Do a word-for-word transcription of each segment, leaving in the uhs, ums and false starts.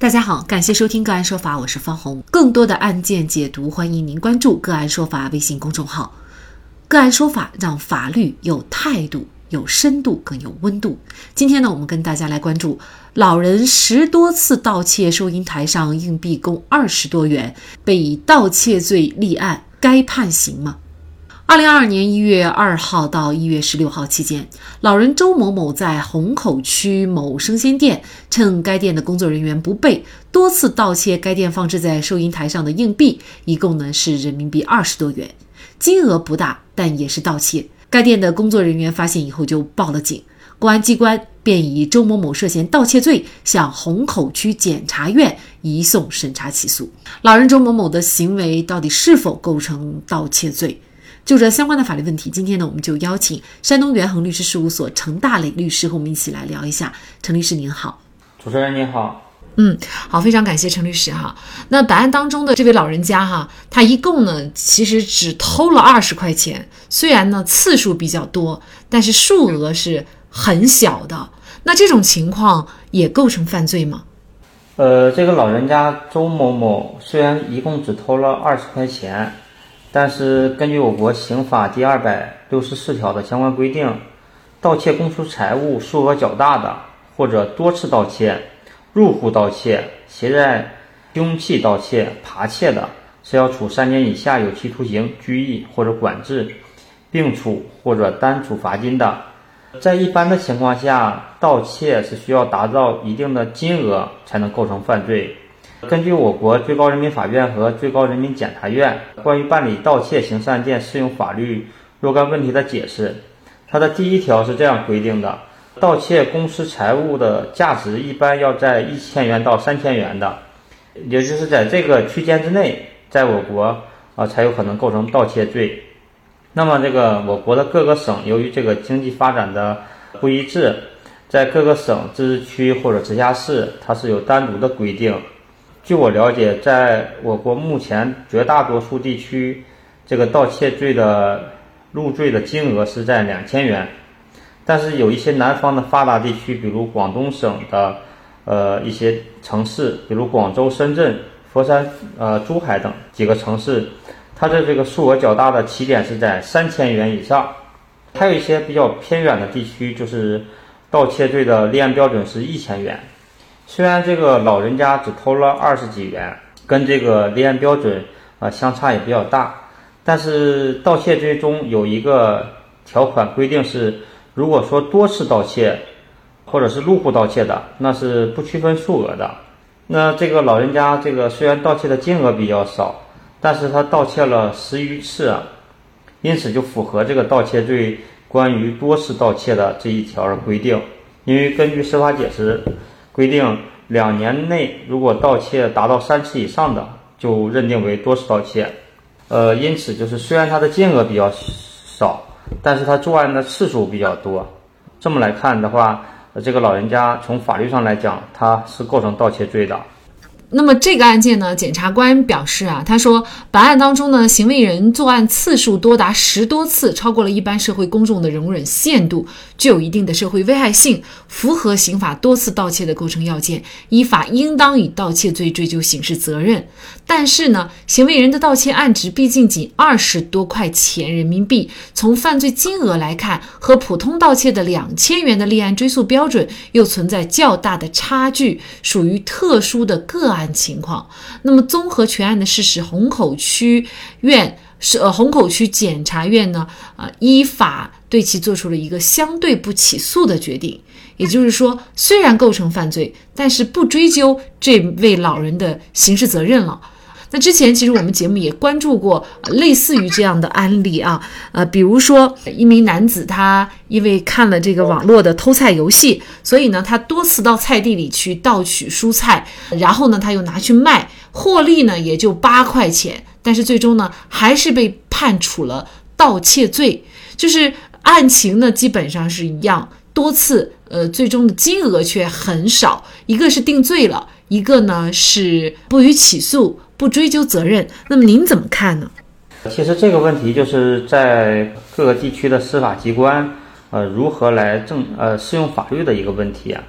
大家好，感谢收听个案说法，我是方红。更多的案件解读，欢迎您关注个案说法微信公众号。个案说法让法律有态度、有深度、更有温度。今天呢，我们跟大家来关注老人十多次盗窃收银台上硬币共二十多元，被以盗窃罪立案，该判刑吗？二零二二年一月二号到一月十六号期间，老人周某某在虹口区某生鲜店，趁该店的工作人员不备，多次盗窃该店放置在收银台上的硬币，一共呢是人民币二十多元，金额不大，但也是盗窃。该店的工作人员发现以后就报了警，公安机关便以周某某涉嫌盗窃罪向虹口区检察院移送审查起诉。老人周某某的行为到底是否构成盗窃罪？就这相关的法律问题，今天呢，我们就邀请山东元衡律师事务所程大磊律师和我们一起来聊一下。程律师您好。 主持人您好。 嗯，好，非常感谢程律师哈。那本案当中的这位老人家哈，他一共呢其实只偷了二十块钱，虽然呢次数比较多，但是数额是很小的。那这种情况也构成犯罪吗？ 呃，这个老人家周某某虽然一共只偷了二十块钱，但是根据我国刑法第二百六十四条的相关规定，盗窃公私财物数额较大的，或者多次盗窃、入户盗窃、携带凶器盗窃、扒窃的，是要处三年以下有期徒刑、拘役或者管制，并处或者单处罚金的。在一般的情况下，盗窃是需要达到一定的金额才能构成犯罪。根据我国最高人民法院和最高人民检察院关于办理盗窃刑事案件适用法律若干问题的解释，它的第一条是这样规定的：盗窃公私财物的价值一般要在一千元到三千元的，也就是在这个区间之内，在我国啊才有可能构成盗窃罪。那么这个我国的各个省由于这个经济发展的不一致，在各个省、自治区或者直辖市，它是有单独的规定。据我了解，在我国目前绝大多数地区，这个盗窃罪的入罪的金额是在两千元，但是有一些南方的发达地区，比如广东省的呃一些城市，比如广州、深圳、佛山、呃珠海等几个城市，它的这个数额较大的起点是在三千元以上。还有一些比较偏远的地区，就是盗窃罪的立案标准是一千元。虽然这个老人家只偷了二十几元，跟这个立案标准啊、呃、相差也比较大，但是盗窃罪中有一个条款规定是，如果说多次盗窃或者是入户盗窃的，那是不区分数额的。那这个老人家这个虽然盗窃的金额比较少，但是他盗窃了十余次啊，因此就符合这个盗窃罪关于多次盗窃的这一条的规定。因为根据司法解释规定，两年内如果盗窃达到三次以上的，就认定为多次盗窃。呃，因此就是虽然它的金额比较少，但是他作案的次数比较多。这么来看的话，呃、这个老人家从法律上来讲，他是构成盗窃罪的。 那么这个案件呢，检察官表示啊，他说本案当中呢，行为人作案次数多达十多次，超过了一般社会公众的容忍限度，具有一定的社会危害性，符合刑法多次盗窃的构成要件，依法应当以盗窃罪追究刑事责任。但是呢，行为人的盗窃案值毕竟仅二十多块钱人民币，从犯罪金额来看，和普通盗窃的两千元的立案追诉标准又存在较大的差距，属于特殊的个案情况。那么综合全案的事实，虹口区院是呃虹口区检察院呢呃依法对其做出了一个相对不起诉的决定。也就是说，虽然构成犯罪，但是不追究这位老人的刑事责任了。那之前其实我们节目也关注过、呃、类似于这样的案例啊，呃，比如说一名男子他因为看了这个网络的偷菜游戏，所以呢他多次到菜地里去盗取蔬菜，然后呢他又拿去卖，获利呢也就八块钱，但是最终呢还是被判处了盗窃罪，就是案情呢基本上是一样，多次呃最终的金额却很少，一个是定罪了，一个呢是不予起诉，不追究责任。那么您怎么看呢？ 其实这个问题就是在各个地区的司法机关呃如何来正呃适用法律的一个问题啊。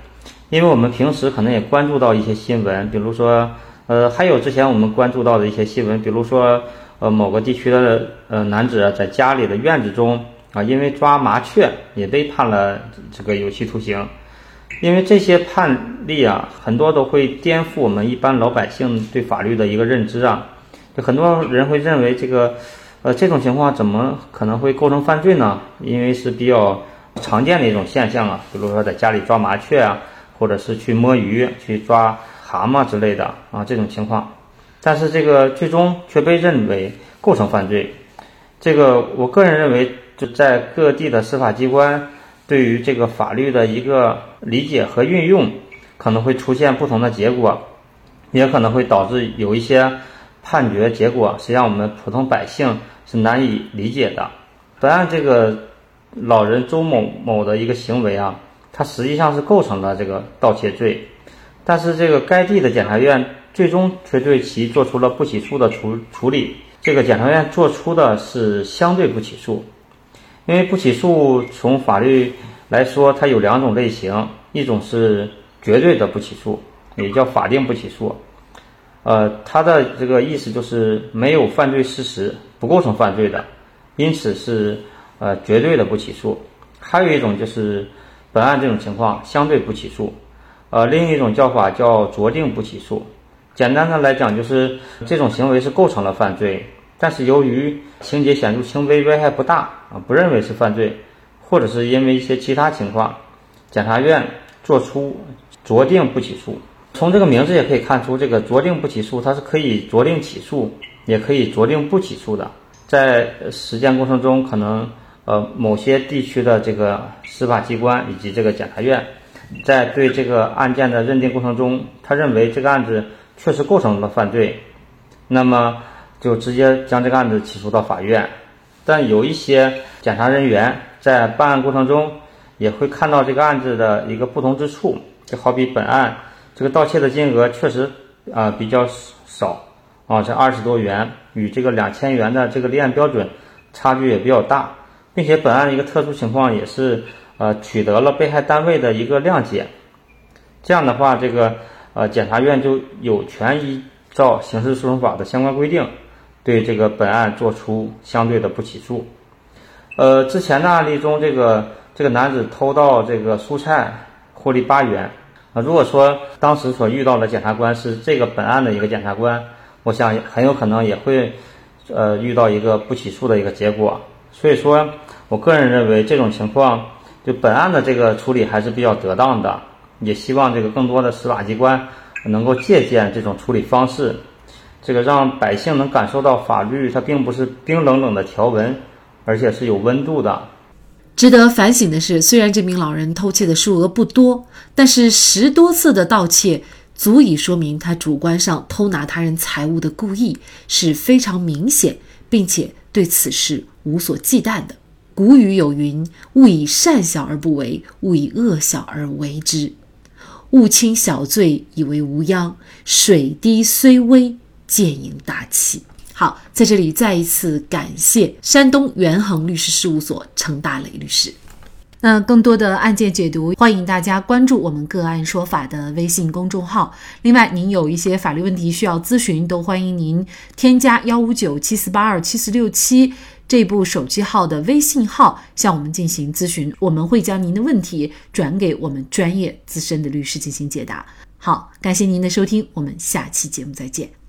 因为我们平时可能也关注到一些新闻，比如说呃还有之前我们关注到的一些新闻，比如说呃某个地区的呃男子在家里的院子中啊，因为抓麻雀也被判了这个有期徒刑。因为这些判例啊，很多都会颠覆我们一般老百姓对法律的一个认知啊。就很多人会认为这个，呃，这种情况怎么可能会构成犯罪呢？因为是比较常见的一种现象啊，比如说在家里抓麻雀啊，或者是去摸鱼、去抓蛤蟆之类的啊，这种情况。但是这个最终却被认为构成犯罪。这个我个人认为，就在各地的司法机关对于这个法律的一个理解和运用，可能会出现不同的结果，也可能会导致有一些判决结果实际上我们普通百姓是难以理解的。本案这个老人周某某的一个行为啊，他实际上是构成了这个盗窃罪，但是这个该地的检察院最终却对其做出了不起诉的处处理。这个检察院做出的是相对不起诉。因为不起诉从法律来说，它有两种类型，一种是绝对的不起诉，也叫法定不起诉。呃，它的这个意思就是没有犯罪事实，不构成犯罪的，因此是呃绝对的不起诉。还有一种就是本案这种情况相对不起诉，呃，另一种叫法叫酌定不起诉。简单的来讲，就是这种行为是构成了犯罪，但是由于情节显著轻微，危害不大啊，不认为是犯罪，或者是因为一些其他情况，检察院作出酌定不起诉。从这个名字也可以看出，这个酌定不起诉它是可以酌定起诉，也可以酌定不起诉的。在实践过程中，可能呃某些地区的这个司法机关以及这个检察院在对这个案件的认定过程中，他认为这个案子确实构成了犯罪，那么就直接将这个案子起诉到法院。但有一些检察人员在办案过程中也会看到这个案子的一个不同之处，就好比本案这个盗窃的金额确实啊、呃、比较少啊，这二十多元与这个两千元的这个立案标准差距也比较大，并且本案一个特殊情况也是呃取得了被害单位的一个谅解。这样的话，这个呃检察院就有权依照刑事诉讼法的相关规定，对这个本案做出相对的不起诉。呃，之前的案例中，这个这个男子偷盗这个蔬菜获利八元啊。如果说当时所遇到的检察官是这个本案的一个检察官，我想很有可能也会呃遇到一个不起诉的一个结果。所以说，我个人认为这种情况，就本案的这个处理还是比较得当的，也希望这个更多的司法机关能够借鉴这种处理方式。这个让百姓能感受到法律它并不是冰冷冷的条文，而且是有温度的。 值得反省的是，虽然这名老人偷窃的数额不多，但是十多次的盗窃足以说明他主观上偷拿他人财物的故意是非常明显，并且对此事无所忌惮的。古语有云：勿以善小而不为，勿以恶小而为之。勿轻小罪以为无殃，水滴虽微，渐盈大器。好，在这里再一次感谢山东元衡律师事务所程大磊律师。那更多的案件解读，欢迎大家关注我们个案说法的微信公众号。另外，您有一些法律问题需要咨询，都欢迎您添加一五九七四八二七四六七这部手机号的微信号向我们进行咨询，我们会将您的问题转给我们专业资深的律师进行解答。好，感谢您的收听，我们下期节目再见。